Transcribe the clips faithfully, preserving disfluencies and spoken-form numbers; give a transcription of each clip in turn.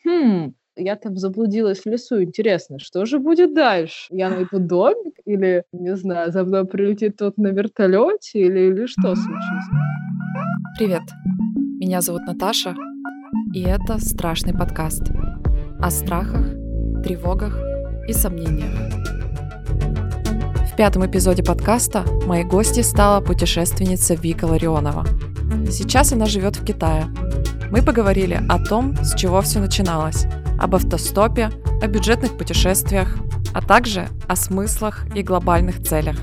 Хм, я там заблудилась в лесу. Интересно, что же будет дальше? Я найду домик или, не знаю, за мной прилетит кто-то на вертолете или, или что случится? Привет, меня зовут Наташа, и это страшный подкаст о страхах, тревогах и сомнениях. В пятом эпизоде подкаста моей гостьей стала путешественница Вика Ларионова. Сейчас она живет в Китае. Мы поговорили о том, с чего все начиналось, об автостопе, о бюджетных путешествиях, а также о смыслах и глобальных целях.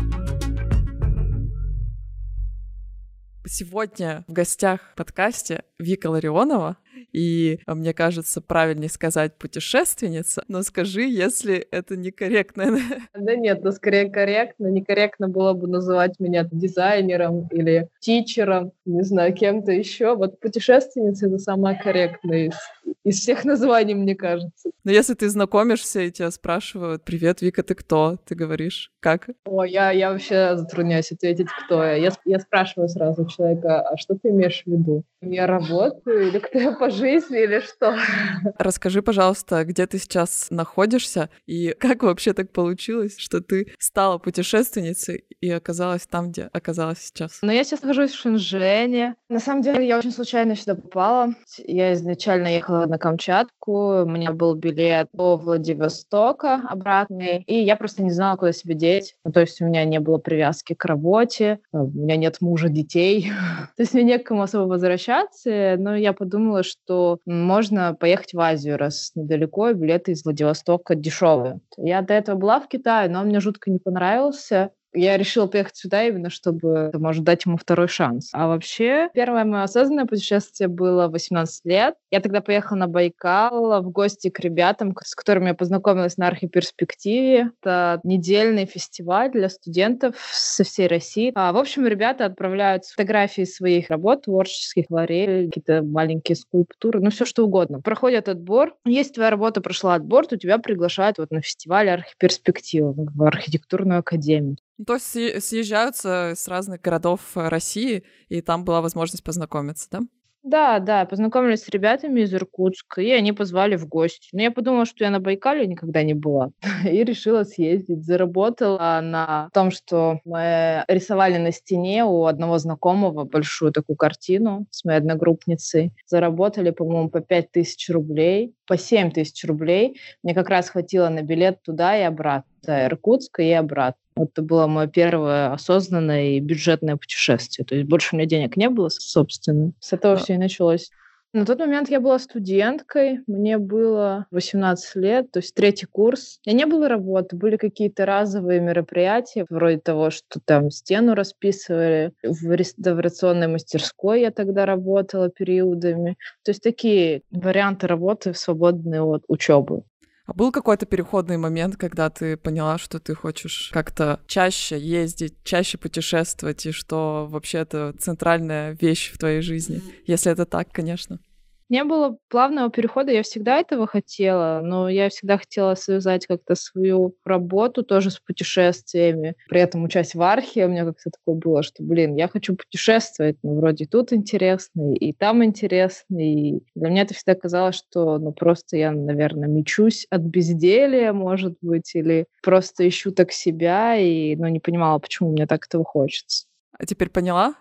Сегодня в гостях в подкасте Вика Ларионова, и, мне кажется, правильнее сказать путешественница, но скажи, если это некорректно. Да нет, ну скорее корректно. Некорректно было бы называть меня дизайнером или тичером, не знаю, кем-то еще. Вот путешественница — это самое корректное из, из всех названий, мне кажется. Но если ты знакомишься и тебя спрашивают: «Привет, Вика, ты кто?» Ты говоришь: «Как?» О, я, я вообще затрудняюсь ответить, кто я. я. Я спрашиваю сразу человека: а что ты имеешь в виду? Я работаю или кто я по жизни, или что? Расскажи, пожалуйста, где ты сейчас находишься и как вообще так получилось, что ты стала путешественницей и оказалась там, где оказалась сейчас? Но я сейчас нахожусь в Шэньчжэне. На самом деле, я очень случайно сюда попала. Я изначально ехала на Камчатку, у меня был билет до Владивостока обратный, и я просто не знала, куда себя деть. Ну, то есть у меня не было привязки к работе, у меня нет мужа, детей. То есть мне не к кому особо возвращаться, но я подумала, что можно поехать в Азию, раз недалеко, и билеты из Владивостока дешевые. Я до этого была в Китае, но он мне жутко не понравился. Я решила поехать сюда именно, чтобы, может, дать ему второй шанс. А вообще, первое мое осознанное путешествие было в восемнадцать лет. Я тогда поехала на Байкал в гости к ребятам, с которыми я познакомилась на Архиперспективе. Это недельный фестиваль для студентов со всей России. А, в общем, ребята отправляют фотографии своих работ, творческих акварелей, какие-то маленькие скульптуры, ну, все что угодно. Проходят отбор. Если твоя работа прошла отбор, то тебя приглашают вот на фестиваль Архиперспектива в архитектурную академию. То есть съезжаются с разных городов России, и там была возможность познакомиться, да? Да, да, познакомились с ребятами из Иркутска, и они позвали в гости. Но я подумала, что я на Байкале никогда не была, и решила съездить. Заработала на том, что мы рисовали на стене у одного знакомого большую такую картину с моей одногруппницей. Заработали, по-моему, по пять тысяч рублей, по семь тысяч рублей. Мне как раз хватило на билет туда и обратно, до Иркутска и обратно. Это было мое первое осознанное и бюджетное путешествие. То есть больше у меня денег не было, собственно. С этого все и началось. На тот момент я была студенткой, мне было восемнадцать лет, то есть третий курс. У меня не было работы, были какие-то разовые мероприятия, вроде того, что там стену расписывали. В реставрационной мастерской я тогда работала периодами. То есть такие варианты работы, свободные от учебы. А был какой-то переходный момент, когда ты поняла, что ты хочешь как-то чаще ездить, чаще путешествовать, и что вообще это центральная вещь в твоей жизни? Если это так, конечно. Не было плавного перехода, я всегда этого хотела, но я всегда хотела связать как-то свою работу тоже с путешествиями, при этом учась в архе, у меня как-то такое было, что, блин, я хочу путешествовать, ну, вроде тут интересно, и там интересно, и для меня это всегда казалось, что, ну, просто я, наверное, мечусь от безделия, может быть, или просто ищу так себя, и, ну, не понимала, почему мне так этого хочется. А теперь поняла?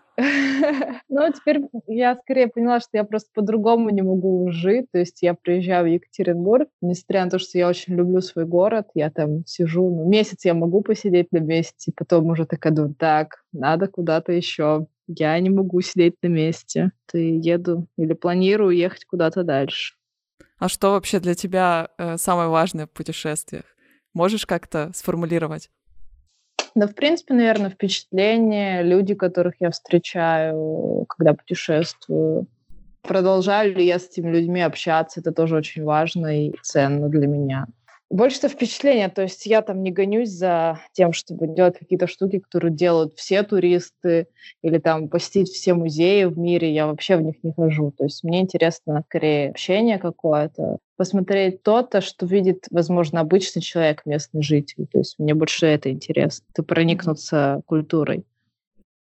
Ну, теперь я скорее поняла, что я просто по-другому не могу жить. То есть я приезжаю в Екатеринбург, несмотря на то, что я очень люблю свой город, я там сижу, ну, месяц я могу посидеть на месте, потом уже такая думаю: так, надо куда-то еще. Я не могу сидеть на месте. Ты еду или планирую ехать куда-то дальше. А что вообще для тебя э, самое важное в путешествиях? Можешь как-то сформулировать? Да, в принципе, наверное, впечатления, люди, которых я встречаю, когда путешествую. Продолжаю ли я с этими людьми общаться, это тоже очень важно и ценно для меня. Больше всего впечатления, то есть я там не гонюсь за тем, чтобы делать какие-то штуки, которые делают все туристы, или там посетить все музеи в мире, я вообще в них не хожу. То есть мне интересно скорее общение какое-то, посмотреть то-то, что видит, возможно, обычный человек, местный житель. То есть мне больше это интересно, ты проникнуться культурой.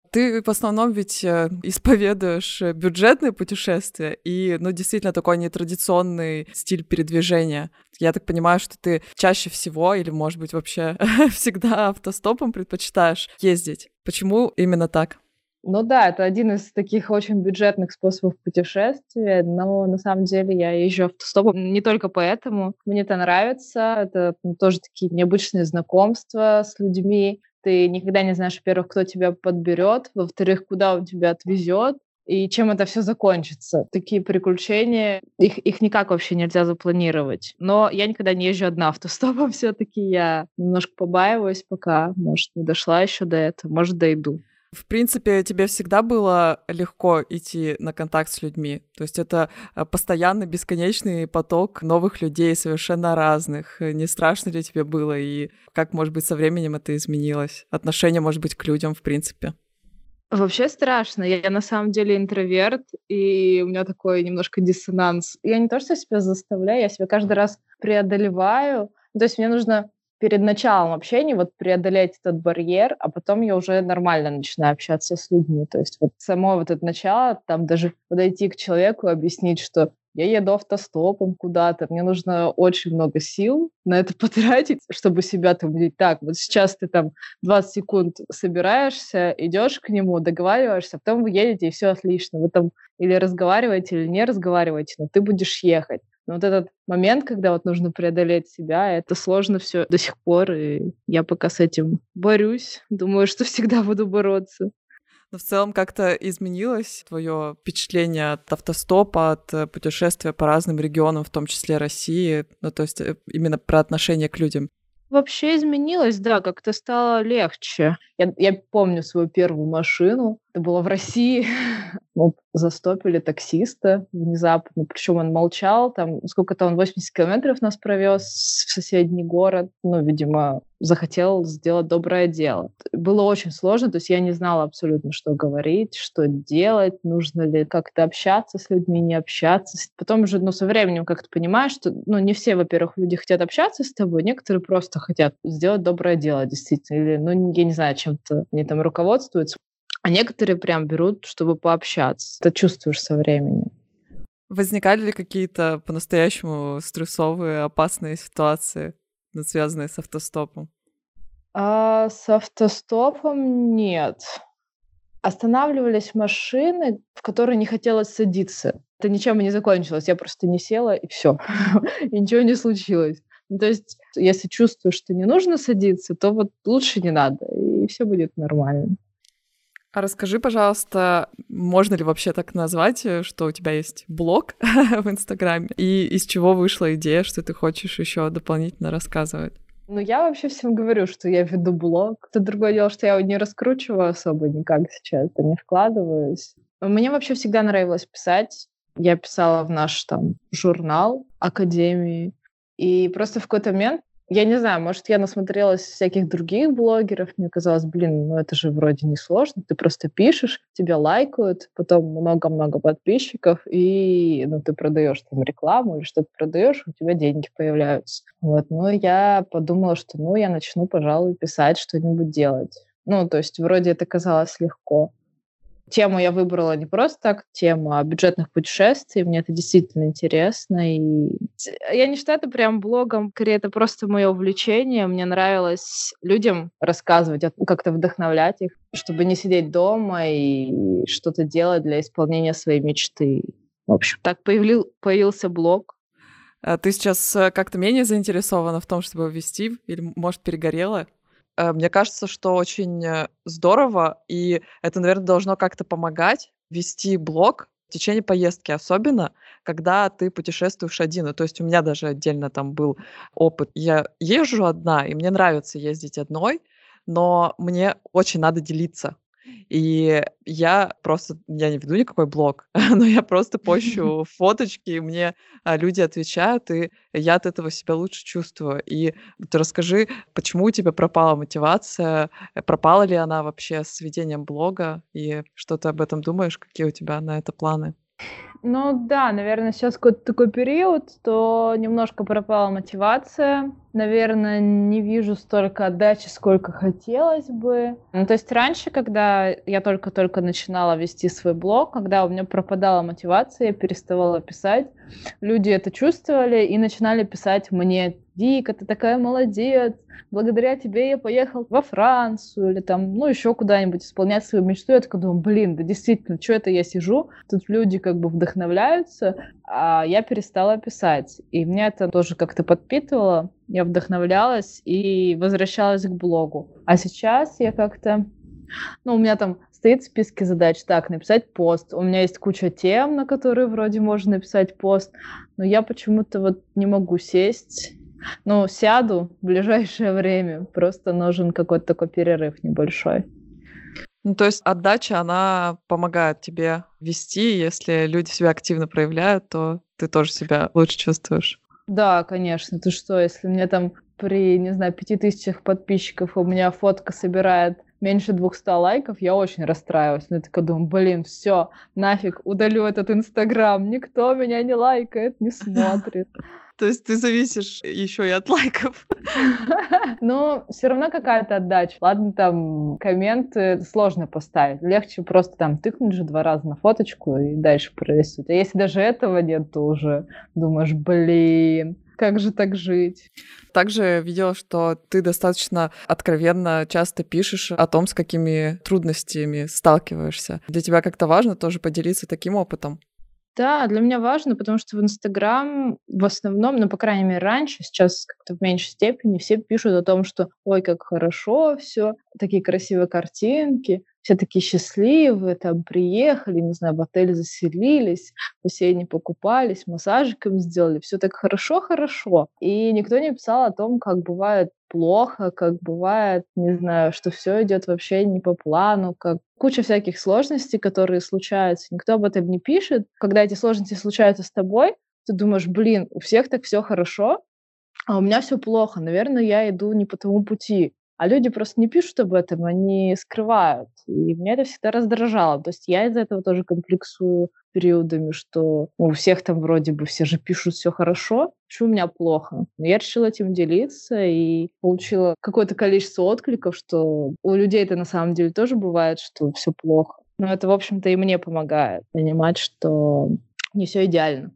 Ты в основном ведь э, исповедуешь э, бюджетные путешествия и, ну, действительно, такой нетрадиционный стиль передвижения. Я так понимаю, что ты чаще всего или, может быть, вообще всегда автостопом предпочитаешь ездить. Почему именно так? Ну да, это один из таких очень бюджетных способов путешествия, но на самом деле я езжу автостопом не только поэтому. Мне это нравится, это ну, тоже такие необычные знакомства с людьми. Ты никогда не знаешь, во-первых, кто тебя подберет, во-вторых, куда он тебя отвезет и чем это все закончится. Такие приключения, их, их никак вообще нельзя запланировать. Но я никогда не езжу одна автостопом все-таки. Я немножко побаиваюсь пока. Может, не дошла еще до этого, может, дойду. В принципе, тебе всегда было легко идти на контакт с людьми? То есть это э, постоянный, бесконечный поток новых людей, совершенно разных. Не страшно ли тебе было? И как, может быть, со временем это изменилось? Отношение, может быть, к людям, в принципе? Вообще страшно. Я, я на самом деле интроверт, и у меня такой немножко диссонанс. Я не то, что себя заставляю, я себя каждый раз преодолеваю. То есть мне нужно перед началом общения вот преодолеть этот барьер, а потом я уже нормально начинаю общаться с людьми. То есть вот само вот это начало, там даже подойти к человеку и объяснить, что я еду автостопом куда-то, мне нужно очень много сил на это потратить, чтобы себя там убедить. Так, вот сейчас ты там двадцать секунд собираешься, идешь к нему, договариваешься, а потом вы едете, и все отлично. Вы там или разговариваете, или не разговариваете, но ты будешь ехать. Но вот этот момент, когда вот нужно преодолеть себя, это сложно все до сих пор, и я пока с этим борюсь. Думаю, что всегда буду бороться. Но в целом как-то изменилось твое впечатление от автостопа, от э, путешествия по разным регионам, в том числе России, ну то есть э, именно про отношение к людям. Вообще изменилось, да, как-то стало легче. Я, я помню свою первую машину. Это было в России. Мы застопили таксиста внезапно. Причем он молчал. Там сколько-то он восемьдесят километров нас провез в соседний город. Ну, видимо, захотел сделать доброе дело. Было очень сложно. То есть я не знала абсолютно, что говорить, что делать, нужно ли как-то общаться с людьми, не общаться. Потом уже, ну, со временем как-то понимаешь, что, ну, не все, во-первых, люди хотят общаться с тобой, некоторые просто хотят сделать доброе дело, действительно. Или, ну, я не знаю, чем-то они там руководствуются. А некоторые прям берут, чтобы пообщаться. Это чувствуешь со временем. Возникали ли какие-то по-настоящему стрессовые, опасные ситуации, ну, связанные с автостопом? А с автостопом нет. Останавливались машины, в которые не хотелось садиться. Это ничем и не закончилось. Я просто не села, и все. И ничего не случилось. Ну, то есть, если чувствуешь, что не нужно садиться, то вот лучше не надо, и все будет нормально. А расскажи, пожалуйста, можно ли вообще так назвать, э, что у тебя есть блог в Инстаграме, и из чего вышла идея, что ты хочешь еще дополнительно рассказывать? Ну, я вообще всем говорю, что я веду блог. Это другое дело, что я его не раскручиваю особо никак сейчас, это не вкладываюсь. Мне вообще всегда нравилось писать. Я писала в наш там журнал академии. И просто в какой-то момент, я не знаю, может, я насмотрелась всяких других блогеров, мне казалось, блин, ну это же вроде не сложно, ты просто пишешь, тебя лайкают, потом много-много подписчиков, и ну, ты продаешь там рекламу или что-то продаешь, у тебя деньги появляются. Вот, ну я подумала, что ну я начну, пожалуй, писать, что-нибудь делать. Ну, то есть вроде это казалось легко. Тему я выбрала не просто так, тема бюджетных путешествий. Мне это действительно интересно. И я не считаю это прям блогом, скорее это просто мое увлечение. Мне нравилось людям рассказывать, как-то вдохновлять их, чтобы не сидеть дома и что-то делать для исполнения своей мечты. В общем, так появил, появился блог. А ты сейчас э, как-то менее заинтересована в том, чтобы его вести, или, может, перегорела? Э, Мне кажется, что очень э, здорово, и это, наверное, должно как-то помогать вести блог в течение поездки, особенно когда ты путешествуешь один. Ну, то есть у меня даже отдельно там был опыт. Я езжу одна, и мне нравится ездить одной, но мне очень надо делиться. И я просто, я не веду никакой блог, но я просто пощу фоточки, и мне а, люди отвечают, и я от этого себя лучше чувствую. И ты расскажи, почему у тебя пропала мотивация, э, пропала ли она вообще с ведением блога, и что ты об этом думаешь, какие у тебя на это планы? Ну да, наверное, сейчас какой-то такой период, что немножко пропала мотивация. Наверное, не вижу столько отдачи, сколько хотелось бы. Ну, то есть раньше, когда я только-только начинала вести свой блог, когда у меня пропадала мотивация, я переставала писать, люди это чувствовали и начинали писать мне: «Вика, ты такая молодец, благодаря тебе я поехал во Францию», или там, ну, еще куда-нибудь исполнять свою мечту. Я такая думаю, блин, да действительно, что это я сижу, тут люди как бы вдохновляются, а я перестала писать. И меня это тоже как-то подпитывало, я вдохновлялась и возвращалась к блогу. А сейчас я как-то... Ну, у меня там стоит в списке задач, так, написать пост. У меня есть куча тем, на которые вроде можно написать пост, но я почему-то вот не могу сесть. Ну, сяду в ближайшее время. Просто нужен какой-то такой перерыв небольшой. Ну, то есть отдача, она помогает тебе вести. Если люди себя активно проявляют, то ты тоже себя лучше чувствуешь. Да, конечно. Ты что, если мне там при, не знаю, пяти тысячах подписчиков у меня фотка собирает меньше двухсот лайков, я очень расстраиваюсь. Я такая думаю, блин, все, нафиг, удалю этот Инстаграм. Никто меня не лайкает, не смотрит. То есть ты зависишь еще и от лайков. Но все равно какая-то отдача. Ладно, там комменты сложно поставить. Легче просто там тыкнуть же два раза на фоточку и дальше пролистывать. А если даже этого нет, то уже думаешь, блин, как же так жить? Также видела, что ты достаточно откровенно часто пишешь о том, с какими трудностями сталкиваешься. Для тебя как-то важно тоже поделиться таким опытом? Да, для меня важно, потому что в Инстаграм в основном, ну, по крайней мере, раньше, сейчас как-то в меньшей степени, все пишут о том, что ой, как хорошо все, такие красивые картинки, все такие счастливые, там приехали, не знаю, в отель заселились, бассейне покупались, массажиком сделали, все так хорошо-хорошо. И никто не писал о том, как бывает плохо, как бывает, не знаю, что все идет вообще не по плану, как куча всяких сложностей, которые случаются. Никто об этом не пишет. Когда эти сложности случаются с тобой, ты думаешь, блин, у всех так все хорошо, а у меня все плохо. Наверное, я иду не по тому пути. А люди просто не пишут об этом, они скрывают. И меня это всегда раздражало. То есть я из-за этого тоже комплексую периодами, что ну, у всех там вроде бы все же пишут все хорошо, почему у меня плохо. Но я решила этим делиться и получила какое-то количество откликов, что у людей это на самом деле тоже бывает, что все плохо. Но это, в общем-то, и мне помогает понимать, что не все идеально.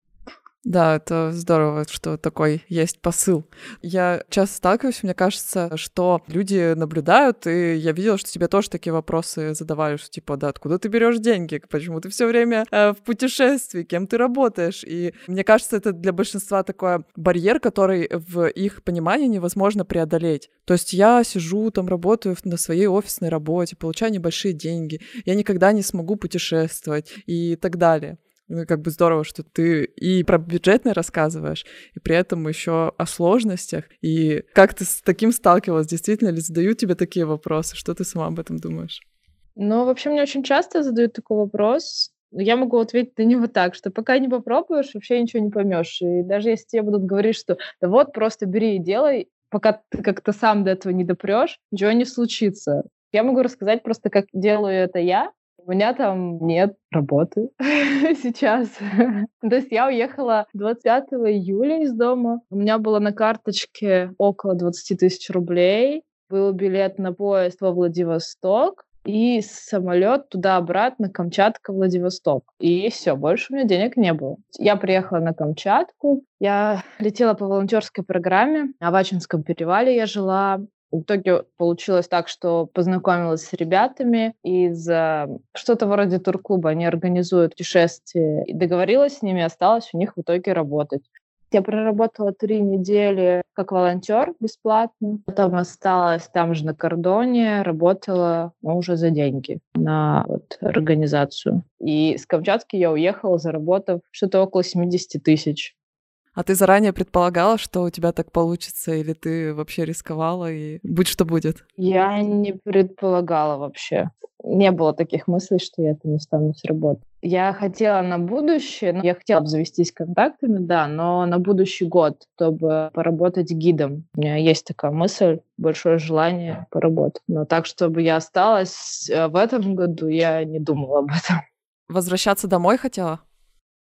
Да, это здорово, что такой есть посыл. Я часто сталкиваюсь, мне кажется, что люди наблюдают, и я видела, что тебе тоже такие вопросы задавали, что типа, да, откуда ты берешь деньги, почему ты все время э, в путешествии, кем ты работаешь. И мне кажется, это для большинства такой барьер, который в их понимании невозможно преодолеть. То есть я сижу там, работаю на своей офисной работе, получаю небольшие деньги, я никогда не смогу путешествовать и так далее. Ну, как бы здорово, что ты и про бюджетное рассказываешь, и при этом еще о сложностях. И как ты с таким сталкивалась? Действительно ли задают тебе такие вопросы? Что ты сама об этом думаешь? Ну, вообще, мне очень часто задают такой вопрос. Я могу ответить на него так, что пока не попробуешь, вообще ничего не поймешь. И даже если тебе будут говорить, что да вот, просто бери и делай, пока ты как-то сам до этого не допрешь, ничего не случится. Я могу рассказать просто, как делаю это я. У меня там нет работы сейчас. То есть я уехала двадцать пятого июля из дома. У меня было на карточке около двадцать тысяч рублей. Был билет на поезд во Владивосток и самолет туда-обратно, Камчатка, Владивосток. И все, больше у меня денег не было. Я приехала на Камчатку. Я летела по волонтерской программе. На Авачинском перевале я жила. В итоге получилось так, что познакомилась с ребятами из э, что-то вроде турклуба. Они организуют путешествия. И договорилась с ними, осталась у них в итоге работать. Я проработала три недели как волонтер бесплатно. Потом осталась там же на кордоне, работала, но уже за деньги на вот, организацию. И с Камчатки я уехала, заработав что-то около семьдесят тысяч. А ты заранее предполагала, что у тебя так получится, или ты вообще рисковала, и будь что будет? Я не предполагала вообще. Не было таких мыслей, что я там останусь работать. Я хотела на будущее, я хотела обзавестись контактами, да, но на будущий год, чтобы поработать гидом. У меня есть такая мысль, большое желание поработать. Но так, чтобы я осталась в этом году, я не думала об этом. Возвращаться домой хотела?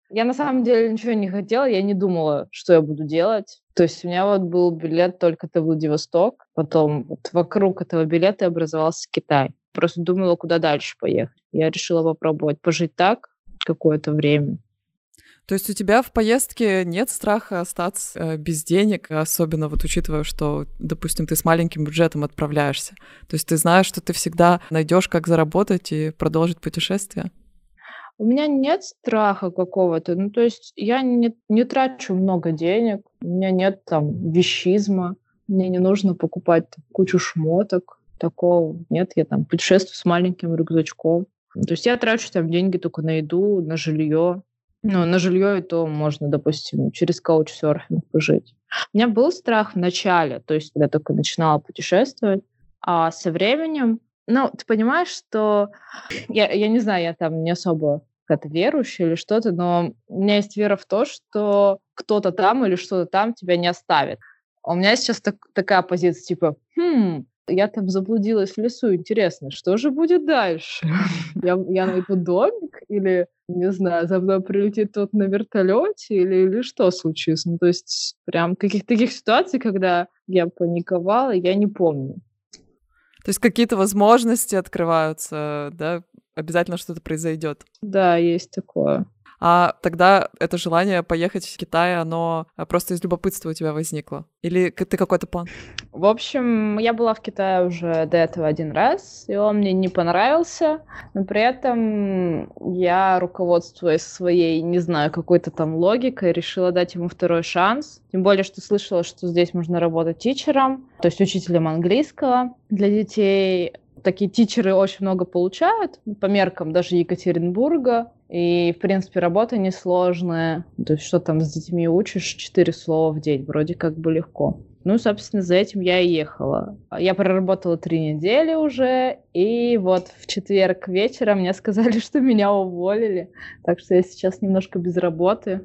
Я на самом деле ничего не хотела, я не думала, что я буду делать. То есть у меня вот был билет только до Владивосток, потом вот вокруг этого билета образовался Китай. Просто думала, куда дальше поехать. Я решила попробовать пожить так какое-то время. То есть у тебя в поездке нет страха остаться э, без денег, особенно вот учитывая, что, допустим, ты с маленьким бюджетом отправляешься. То есть ты знаешь, что ты всегда найдешь, как заработать и продолжить путешествие? У меня нет страха какого-то. Ну, то есть я не, не трачу много денег, у меня нет там вещизма, мне не нужно покупать там кучу шмоток. Такого нет, я там путешествую с маленьким рюкзачком. То есть я трачу там деньги только на еду, на жилье. Ну, на жилье и то можно, допустим, через каучсерфинг пожить. У меня был страх в начале, то есть когда я только начинала путешествовать, а со временем, ну, ты понимаешь, что я, я не знаю, я там не особо какая-то верующая или что-то, но у меня есть вера в то, что кто-то там или что-то там тебя не оставит. А у меня сейчас так, такая позиция, типа, хм, я там заблудилась в лесу, интересно, что же будет дальше? я, я найду домик или, не знаю, за мной прилетит тот на вертолете или, или что случится? Ну, то есть прям каких-то таких ситуаций, когда я паниковала, я не помню. То есть какие-то возможности открываются, да? Обязательно что-то произойдет. Да, есть такое. А тогда это желание поехать в Китай, оно просто из любопытства у тебя возникло? Или ты какой-то план? В общем, я была в Китае уже до этого один раз, и он мне не понравился, но при этом я, руководствуясь своей, не знаю, какой-то там логикой, решила дать ему второй шанс. Тем более, что слышала, что здесь можно работать тичером, то есть учителем английского для детей. Такие тичеры очень много получают, по меркам даже Екатеринбурга. И, в принципе, работа несложная. То есть, что там с детьми учишь? Четыре слова в день. Вроде как бы легко. Ну, собственно, за этим я и ехала. Я проработала три недели уже. И вот в четверг вечером мне сказали, что меня уволили. Так что я сейчас немножко без работы.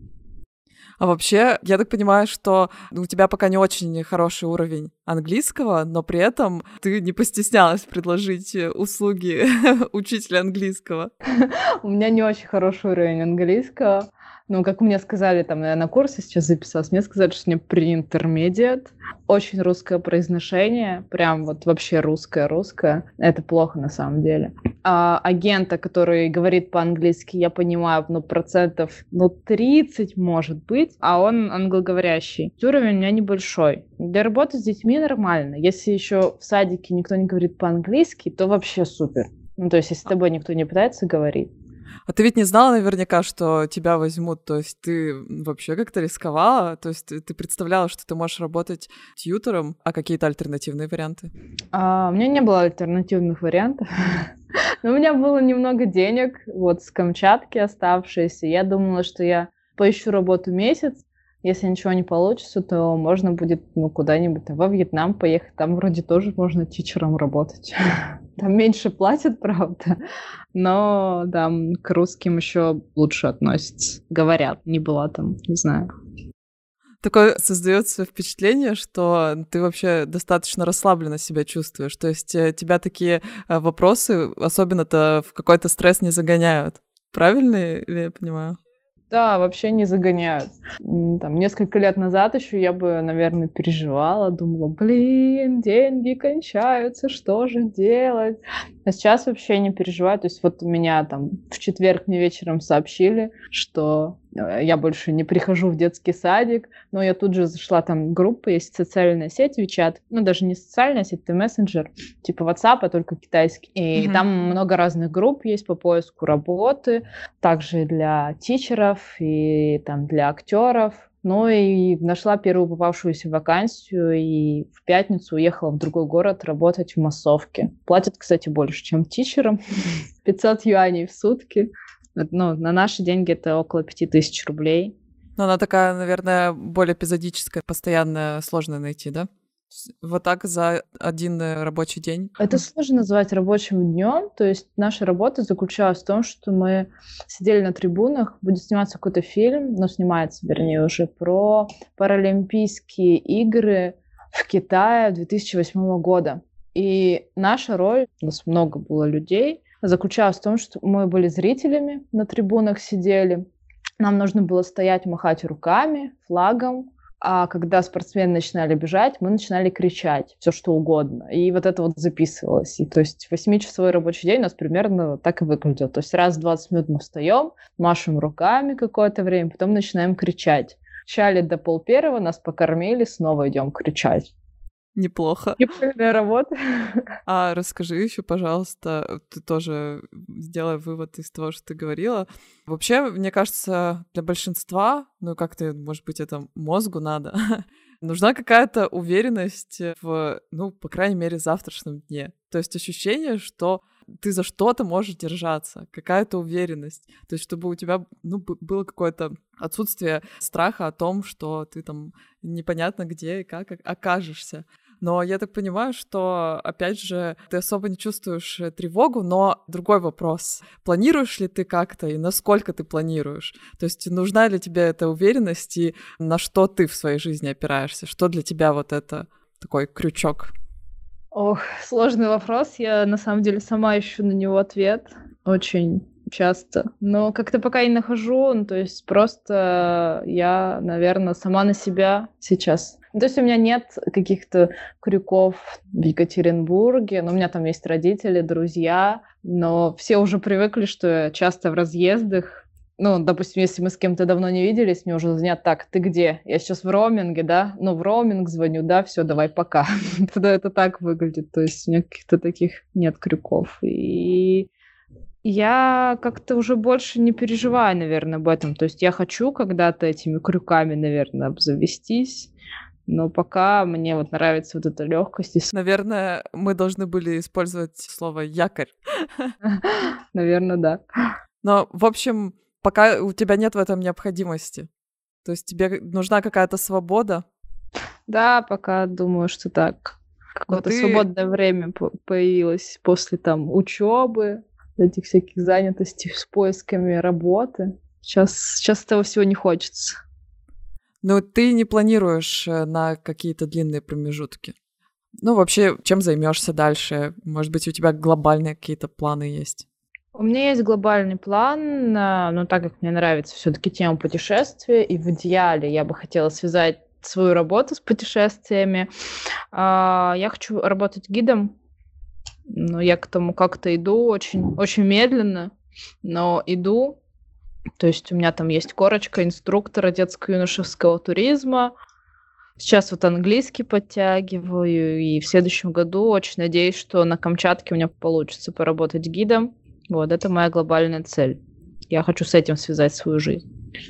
А вообще, я так понимаю, что у тебя пока не очень хороший уровень английского, но при этом ты не постеснялась предложить услуги учителя английского. У меня не очень хороший уровень английского. Ну, как мне сказали, там, я на курсы сейчас записалась, мне сказали, что мне pre-intermediate. Очень русское произношение, прям вот вообще русское-русское. Это плохо на самом деле. А агента, который говорит по-английски, я понимаю, ну, процентов, ну, тридцать может быть, а он англоговорящий. Уровень у меня небольшой. Для работы с детьми нормально. Если еще в садике никто не говорит по-английски, то вообще супер. Ну, то есть, если с тобой никто не пытается говорить. А ты ведь не знала наверняка, что тебя возьмут, то есть ты вообще как-то рисковала, то есть ты представляла, что ты можешь работать тьютором, а какие-то альтернативные варианты? А, у меня не было альтернативных вариантов, но у меня было немного денег, вот с Камчатки оставшиеся. Я думала, что я поищу работу месяц, если ничего не получится, то можно будет ну, куда-нибудь во Вьетнам поехать, там вроде тоже можно тичером работать. Там меньше платят, правда, но там к русским еще лучше относятся. Говорят, не была там, не знаю. Такое создается впечатление, что ты вообще достаточно расслабленно себя чувствуешь. То есть тебя такие вопросы особенно-то в какой-то стресс не загоняют. Правильно ли я понимаю? Да, вообще не загоняют. Там, несколько лет назад еще я бы, наверное, переживала, думала, блин, деньги кончаются, что же делать? А сейчас вообще не переживаю. То есть вот у меня там в четверг мне вечером сообщили, что я больше не прихожу в детский садик, но я тут же зашла, там в группу, есть социальная сеть, WeChat, ну даже не социальная сеть, это мессенджер, типа WhatsApp, а только китайский. И mm-hmm. там много разных групп есть по поиску работы, также для тичеров и там для актеров. Ну и нашла первую попавшуюся вакансию и в пятницу уехала в другой город работать в массовке. Платят, кстати, больше, чем тичерам. пятьсот юаней в сутки. Ну, на наши деньги это около пять тысяч рублей. Но она такая, наверное, более эпизодическая, постоянно сложно найти, да? Вот так за один рабочий день? Это сложно назвать рабочим днем. То есть наша работа заключалась в том, что мы сидели на трибунах, будет сниматься какой-то фильм, но снимается, вернее, уже про Паралимпийские игры в Китае две тысячи восьмого года. И наша роль, у нас много было людей, заключалась в том, что мы были зрителями, на трибунах сидели, нам нужно было стоять, махать руками, флагом, а когда спортсмены начинали бежать, мы начинали кричать все что угодно. И вот это вот записывалось. И то есть восьмичасовой рабочий день у нас примерно так и выглядел. То есть раз в двадцать минут мы встаем, машем руками какое-то время, потом начинаем кричать. Кричали до пол первого, нас покормили, снова идем кричать. Неплохо. Неправильная работа. А расскажи еще, пожалуйста, ты тоже сделай вывод из того, что ты говорила. Вообще, мне кажется, для большинства, ну как-то, может быть, это мозгу надо, нужна какая-то уверенность в, ну, по крайней мере, завтрашнем дне. То есть ощущение, что ты за что-то можешь держаться, какая-то уверенность. То есть чтобы у тебя, ну, было какое-то отсутствие страха о том, что ты там непонятно где и как окажешься. Но я так понимаю, что, опять же, ты особо не чувствуешь тревогу, но другой вопрос. Планируешь ли ты как-то и насколько ты планируешь? То есть нужна ли тебе эта уверенность и на что ты в своей жизни опираешься? Что для тебя вот это такой крючок? Ох, сложный вопрос. Я, на самом деле, сама ищу на него ответ очень часто. Но как-то пока не нахожу. Ну, то есть просто я, наверное, сама на себя сейчас. Ну, то есть у меня нет каких-то крюков в Екатеринбурге. Но у меня там есть родители, друзья. Но все уже привыкли, что я часто в разъездах. Ну, допустим, если мы с кем-то давно не виделись, мне уже звонят: так, ты где? Я сейчас в роуминге, да? Ну, в роуминг звоню, да, все, давай, пока. Тогда это так выглядит, то есть у меня каких-то таких нет крюков. И я как-то уже больше не переживаю, наверное, об этом. То есть я хочу когда-то этими крюками, наверное, обзавестись, но пока мне вот нравится вот эта легкость. Наверное, мы должны были использовать слово «якорь». Наверное, да. Но, в общем, пока у тебя нет в этом необходимости. То есть тебе нужна какая-то свобода. Да, пока думаю, что так. Какое-то ты... свободное время появилось после там учебы, этих всяких занятостей с поисками работы. Сейчас, сейчас этого всего не хочется. Но ты не планируешь на какие-то длинные промежутки. Ну, вообще, чем займешься дальше? Может быть, у тебя глобальные какие-то планы есть? У меня есть глобальный план, но так как мне нравится все-таки тема путешествия, и в идеале я бы хотела связать свою работу с путешествиями, я хочу работать гидом, но я к тому как-то иду очень, очень медленно, но иду. То есть у меня там есть корочка инструктора детско-юношеского туризма. Сейчас вот английский подтягиваю, и в следующем году очень надеюсь, что на Камчатке у меня получится поработать гидом. Вот, это моя глобальная цель. Я хочу с этим связать свою жизнь.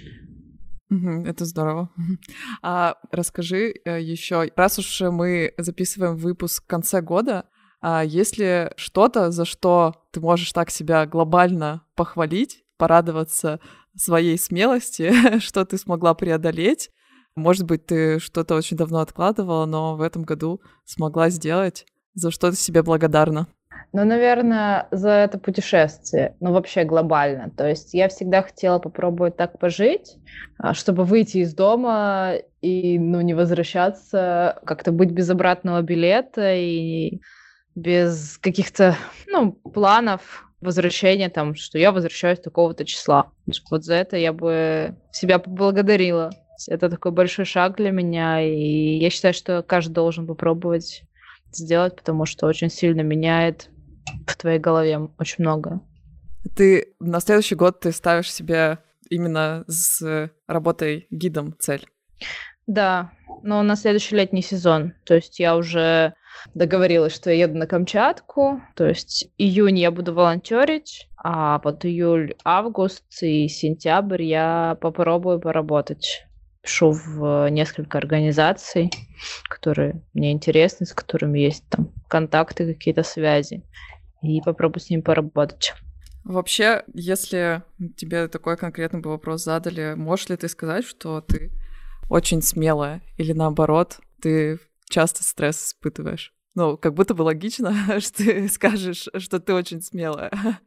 Это здорово. А расскажи еще, раз уж мы записываем выпуск в конце года, а есть ли что-то, за что ты можешь так себя глобально похвалить, порадоваться своей смелости, что ты смогла преодолеть? Может быть, ты что-то очень давно откладывала, но в этом году смогла сделать, за что ты себе благодарна? Ну, наверное, за это путешествие, ну, вообще глобально. То есть я всегда хотела попробовать так пожить, чтобы выйти из дома и, ну, не возвращаться, как-то быть без обратного билета и без каких-то, ну, планов возвращения, там, что я возвращаюсь такого-то числа. Вот за это я бы себя поблагодарила. Это такой большой шаг для меня, и я считаю, что каждый должен попробовать сделать, потому что очень сильно меняет в твоей голове очень много. Ты на следующий год ты ставишь себе именно с работой гидом цель? Да, но на следующий летний сезон. То есть я уже договорилась, что я еду на Камчатку. То есть июнь я буду волонтерить, а под июль, август и сентябрь я попробую поработать. Пишу в несколько организаций, которые мне интересны, с которыми есть там контакты, какие-то связи. И попробую с ними поработать. Вообще, если тебе такой конкретный бы вопрос задали, можешь ли ты сказать, что ты очень смелая, или наоборот, ты часто стресс испытываешь? Ну, как будто бы логично, что ты скажешь, что ты очень смелая.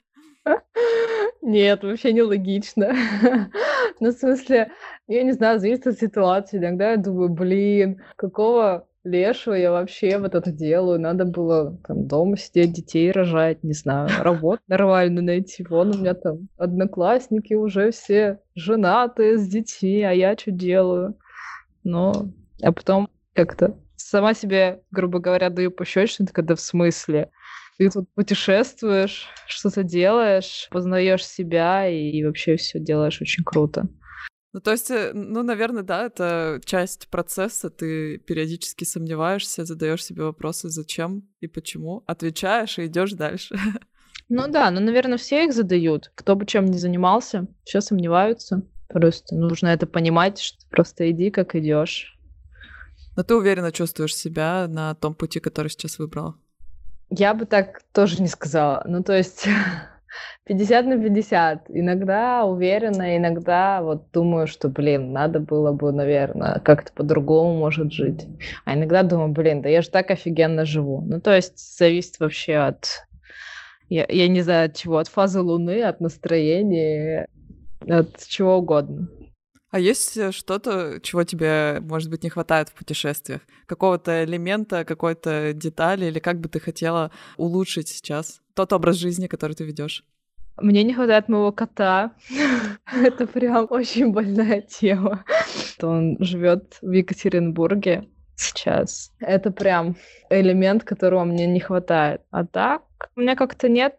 Нет, вообще не логично. Ну, в смысле, я не знаю, зависит от ситуации. Иногда я думаю, блин, какого лешего я вообще вот это делаю. Надо было там дома сидеть, детей рожать, не знаю, работу нормально найти. Вон у меня там одноклассники уже все женатые с детьми, а я что делаю? Но, а потом как-то сама себе, грубо говоря, даю пощечину, когда в смысле. Ты тут путешествуешь, что-то делаешь, познаешь себя и, и вообще все делаешь очень круто. Ну, то есть, ну, наверное, да, это часть процесса. Ты периодически сомневаешься, задаешь себе вопросы, зачем и почему, отвечаешь и идешь дальше. Ну да, ну, наверное, все их задают. Кто бы чем ни занимался, все сомневаются. Просто нужно это понимать, что просто иди, как идешь. Но ты уверенно чувствуешь себя на том пути, который сейчас выбрала? Я бы так тоже не сказала. Ну, то есть пятьдесят на пятьдесят. Иногда уверена, иногда вот думаю, что, блин, надо было бы, наверное, как-то по-другому, может, жить. А иногда думаю, блин, да я же так офигенно живу. Ну, то есть зависит вообще от, я, я не знаю, от чего, от фазы Луны, от настроения, от чего угодно. А есть что-то, чего тебе, может быть, не хватает в путешествиях? Какого-то элемента, какой-то детали, или как бы ты хотела улучшить сейчас тот образ жизни, который ты ведешь? Мне не хватает моего кота. Это прям очень больная тема. Он живет в Екатеринбурге сейчас. Это прям элемент, которого мне не хватает. А так, у меня как-то нет...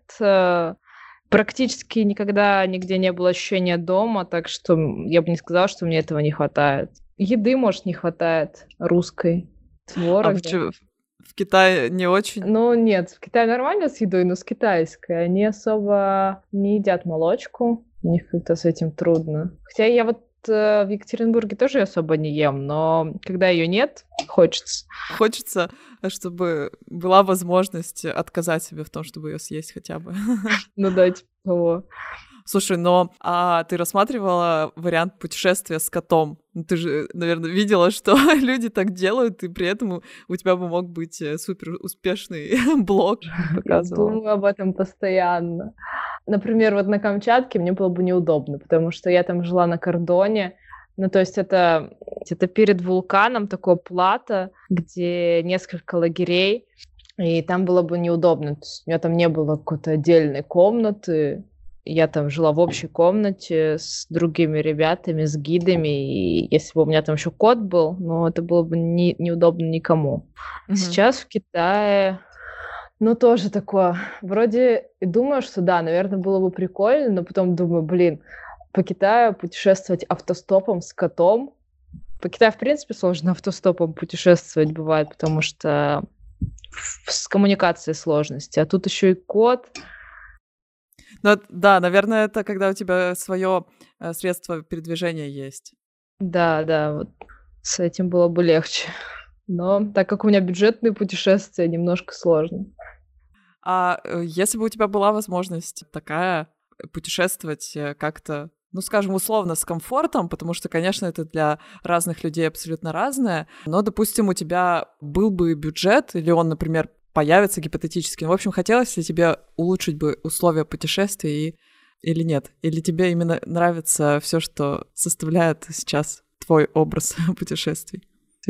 Практически никогда нигде не было ощущения дома, так что я бы не сказала, что мне этого не хватает. Еды, может, не хватает русской, творога. А в, в Китае не очень? Ну, нет, в Китае нормально с едой, но с китайской. Они особо не едят молочку, у них как-то с этим трудно. Хотя я вот в Екатеринбурге тоже особо не ем, но когда ее нет, хочется. Хочется, чтобы была возможность отказать себе в том, чтобы ее съесть хотя бы. Ну да, типа того. Слушай, но а ты рассматривала вариант путешествия с котом? Ну, ты же, наверное, видела, что люди так делают, и при этом у тебя бы мог быть супер успешный блог. Я думаю об этом постоянно. Например, вот на Камчатке мне было бы неудобно, потому что я там жила на кордоне. Ну, то есть это, это перед вулканом такое плато, где несколько лагерей, и там было бы неудобно. То есть у меня там не было какой-то отдельной комнаты. Я там жила в общей комнате с другими ребятами, с гидами, и если бы у меня там еще кот был, ну, это было бы не, неудобно никому. Mm-hmm. Сейчас в Китае... Ну, тоже такое. Вроде думаю, что да, наверное, было бы прикольно, но потом думаю, блин, по Китаю путешествовать автостопом с котом. По Китаю, в принципе, сложно автостопом путешествовать бывает, потому что с коммуникацией сложности. А тут еще и кот. Ну, да, наверное, это когда у тебя свое средство передвижения есть. Да, да, вот с этим было бы легче. Но так как у меня бюджетные путешествия, немножко сложно. А если бы у тебя была возможность такая путешествовать как-то, ну, скажем, условно с комфортом, потому что, конечно, это для разных людей абсолютно разное, но, допустим, у тебя был бы бюджет, или он, например, появится гипотетически. Ну, в общем, хотелось ли тебе улучшить бы условия путешествия и... или нет? Или тебе именно нравится все, что составляет сейчас твой образ путешествий?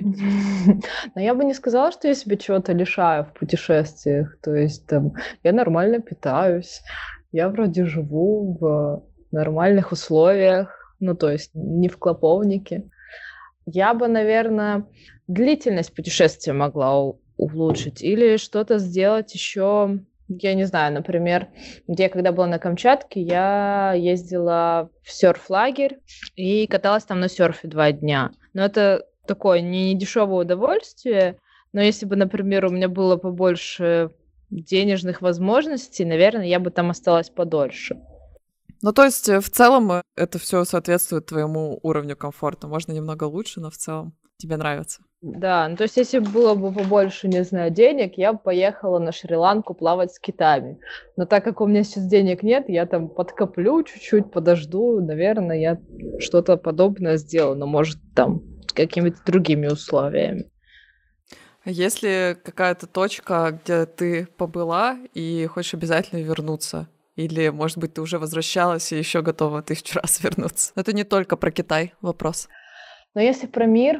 Но я бы не сказала, что я себе чего-то лишаю в путешествиях. То есть там я нормально питаюсь, я вроде живу в нормальных условиях, ну то есть не в клоповнике. Я бы, наверное, длительность путешествия могла улучшить или что-то сделать еще. Я не знаю, например, где я когда была на Камчатке, я ездила в серф-лагерь и каталась там на серфе два дня. Но это такое не дешевое удовольствие, но если бы, например, у меня было побольше денежных возможностей, наверное, я бы там осталась подольше. Ну, то есть, в целом, это все соответствует твоему уровню комфорта. Можно немного лучше, но в целом тебе нравится. Да, ну то есть, если было бы побольше, не знаю, денег, я бы поехала на Шри-Ланку плавать с китами. Но так как у меня сейчас денег нет, я там подкоплю чуть-чуть, подожду, наверное, я что-то подобное сделаю, но, может, там какими-то другими условиями. Есть ли какая-то точка, где ты побыла и хочешь обязательно вернуться? Или, может быть, ты уже возвращалась и еще готова тысячу раз вернуться? Это не только про Китай вопрос. Но если про мир,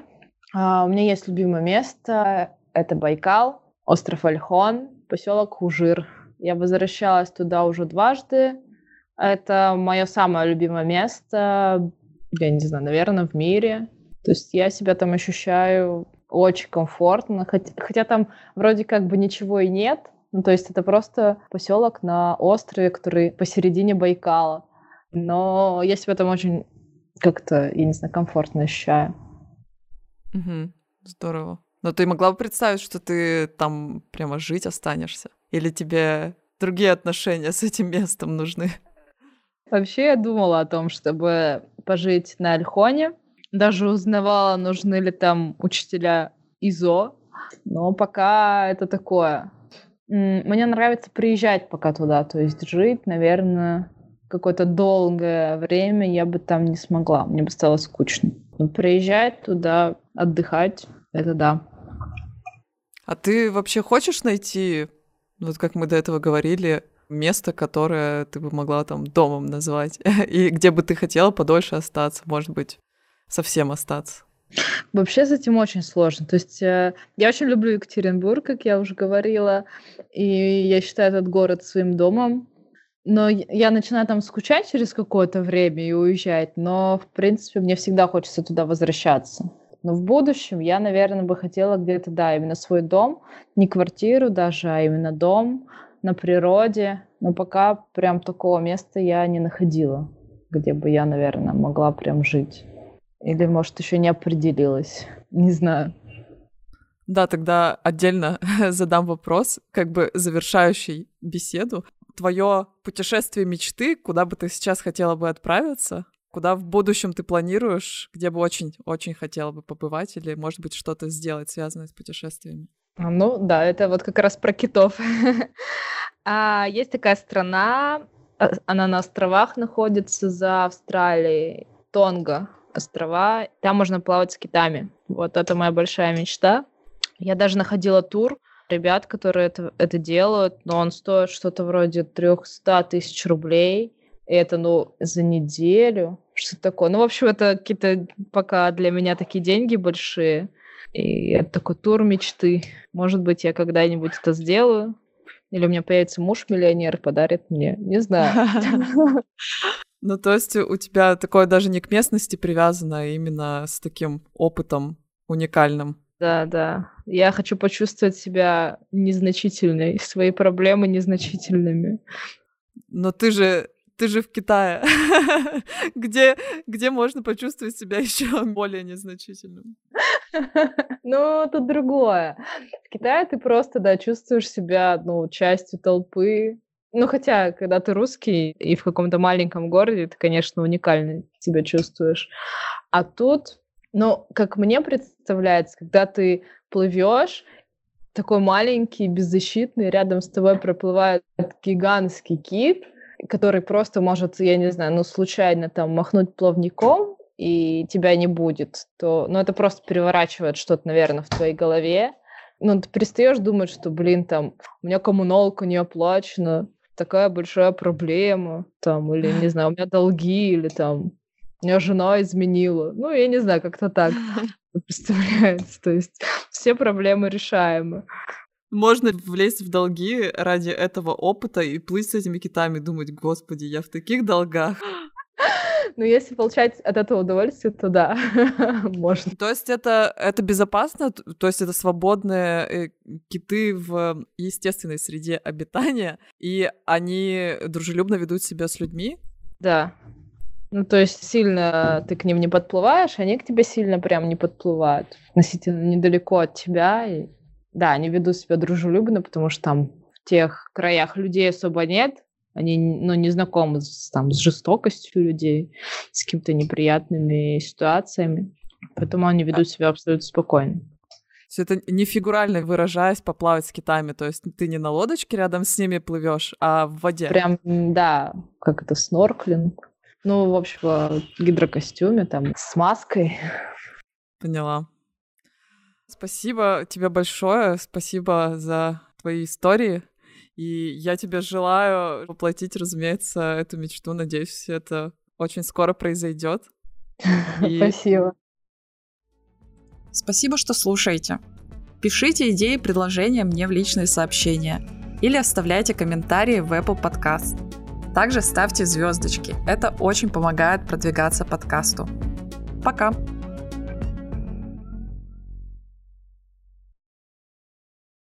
А, у меня есть любимое место. Это Байкал, остров Ольхон, поселок Хужир. Я возвращалась туда уже дважды. Это мое самое любимое место, я не знаю, наверное, в мире. То есть я себя там ощущаю очень комфортно, хотя, хотя там вроде как бы ничего и нет. Ну, то есть это просто поселок на острове, который посередине Байкала. Но я себя там очень как-то, я не знаю, комфортно ощущаю. Угу, здорово. Но ты могла бы представить, что ты там прямо жить останешься? Или тебе другие отношения с этим местом нужны? Вообще я думала о том, чтобы пожить на Ольхоне. Даже узнавала, нужны ли там учителя ИЗО. Но пока это такое. Мне нравится приезжать пока туда. То есть жить, наверное, какое-то долгое время я бы там не смогла. Мне бы стало скучно. Но приезжать туда, отдыхать, это да. А ты вообще хочешь найти, вот как мы до этого говорили, место, которое ты бы могла там домом назвать, и где бы ты хотела подольше остаться, может быть, совсем остаться? Вообще с этим очень сложно. То есть э, я очень люблю Екатеринбург, как я уже говорила, и я считаю этот город своим домом. Но я я начинаю там скучать через какое-то время и уезжать, но, в принципе, мне всегда хочется туда возвращаться. Но в будущем я, наверное, бы хотела где-то, да, именно свой дом, не квартиру даже, а именно дом на природе. Но пока прям такого места я не находила, где бы я, наверное, могла прям жить. Или, может, еще не определилась. Не знаю. Да, тогда отдельно задам вопрос, как бы завершающий беседу. Твое путешествие мечты, куда бы ты сейчас хотела бы отправиться? Куда в будущем ты планируешь, где бы очень-очень хотела бы побывать или, может быть, что-то сделать, связанное с путешествиями? А, Ну, да, это вот как раз про китов. А, есть такая страна, а, она на островах находится за Австралией, Тонга острова. Там можно плавать с китами. Вот это моя большая мечта. Я даже находила тур ребят, которые это, это делают, но он стоит что-то вроде триста тысяч рублей. И это, ну, за неделю. Что такое? Ну, в общем, это какие-то пока для меня такие деньги большие. И это такой тур мечты. Может быть, я когда-нибудь это сделаю. Или у меня появится муж-миллионер, подарит мне. Не знаю. Ну, то есть у тебя такое даже не к местности привязано, а именно с таким опытом уникальным. Да, да. Я хочу почувствовать себя незначительной, свои проблемы незначительными. Но ты же, ты же в Китае, где, где можно почувствовать себя еще более незначительным. Ну, тут другое. В Китае ты просто, да, чувствуешь себя, ну, частью толпы. Ну, хотя, когда ты русский и в каком-то маленьком городе, ты, конечно, уникально себя чувствуешь. А тут, ну, как мне представляется, когда ты плывешь, такой маленький, беззащитный, рядом с тобой проплывает гигантский кит, который просто может, я не знаю, ну, случайно там махнуть плавником, и тебя не будет, то, ну, это просто переворачивает что-то, наверное, в твоей голове. Ну, ты перестаешь думать, что, блин, там, у меня коммуналка не оплачена, такая большая проблема, там, или, не знаю, у меня долги, или там, у меня жена изменила. Ну, я не знаю, как-то так представляется. То есть все проблемы решаемы. Можно влезть в долги ради этого опыта и плыть с этими китами, думать, господи, я в таких долгах. Но если получать от этого удовольствие, то да, можно. То есть это, это безопасно? Т- То есть это свободные э, киты в естественной среде обитания, и они дружелюбно ведут себя с людьми? Да. Ну, то есть сильно ты к ним не подплываешь, они к тебе сильно прям не подплывают. Относительно недалеко от тебя. И, да, они ведут себя дружелюбно, потому что там в тех краях людей особо нет. Они, ну, не знакомы с, там, с жестокостью людей, с какими-то неприятными ситуациями. Поэтому они ведут себя абсолютно спокойно. То есть это не фигурально выражаясь, поплавать с китами. То есть ты не на лодочке рядом с ними плывешь, а в воде. Прям, м, да, как это, снорклинг. Ну, в общем, в гидрокостюме, там, с маской. Поняла. Спасибо тебе большое, спасибо за твои истории. И я тебе желаю воплотить, разумеется, эту мечту. Надеюсь, это очень скоро произойдет. И Спасибо. Спасибо, что слушаете. Пишите идеи и предложения мне в личные сообщения или оставляйте комментарии в Apple Podcast. Также ставьте звездочки. Это очень помогает продвигаться подкасту. Пока!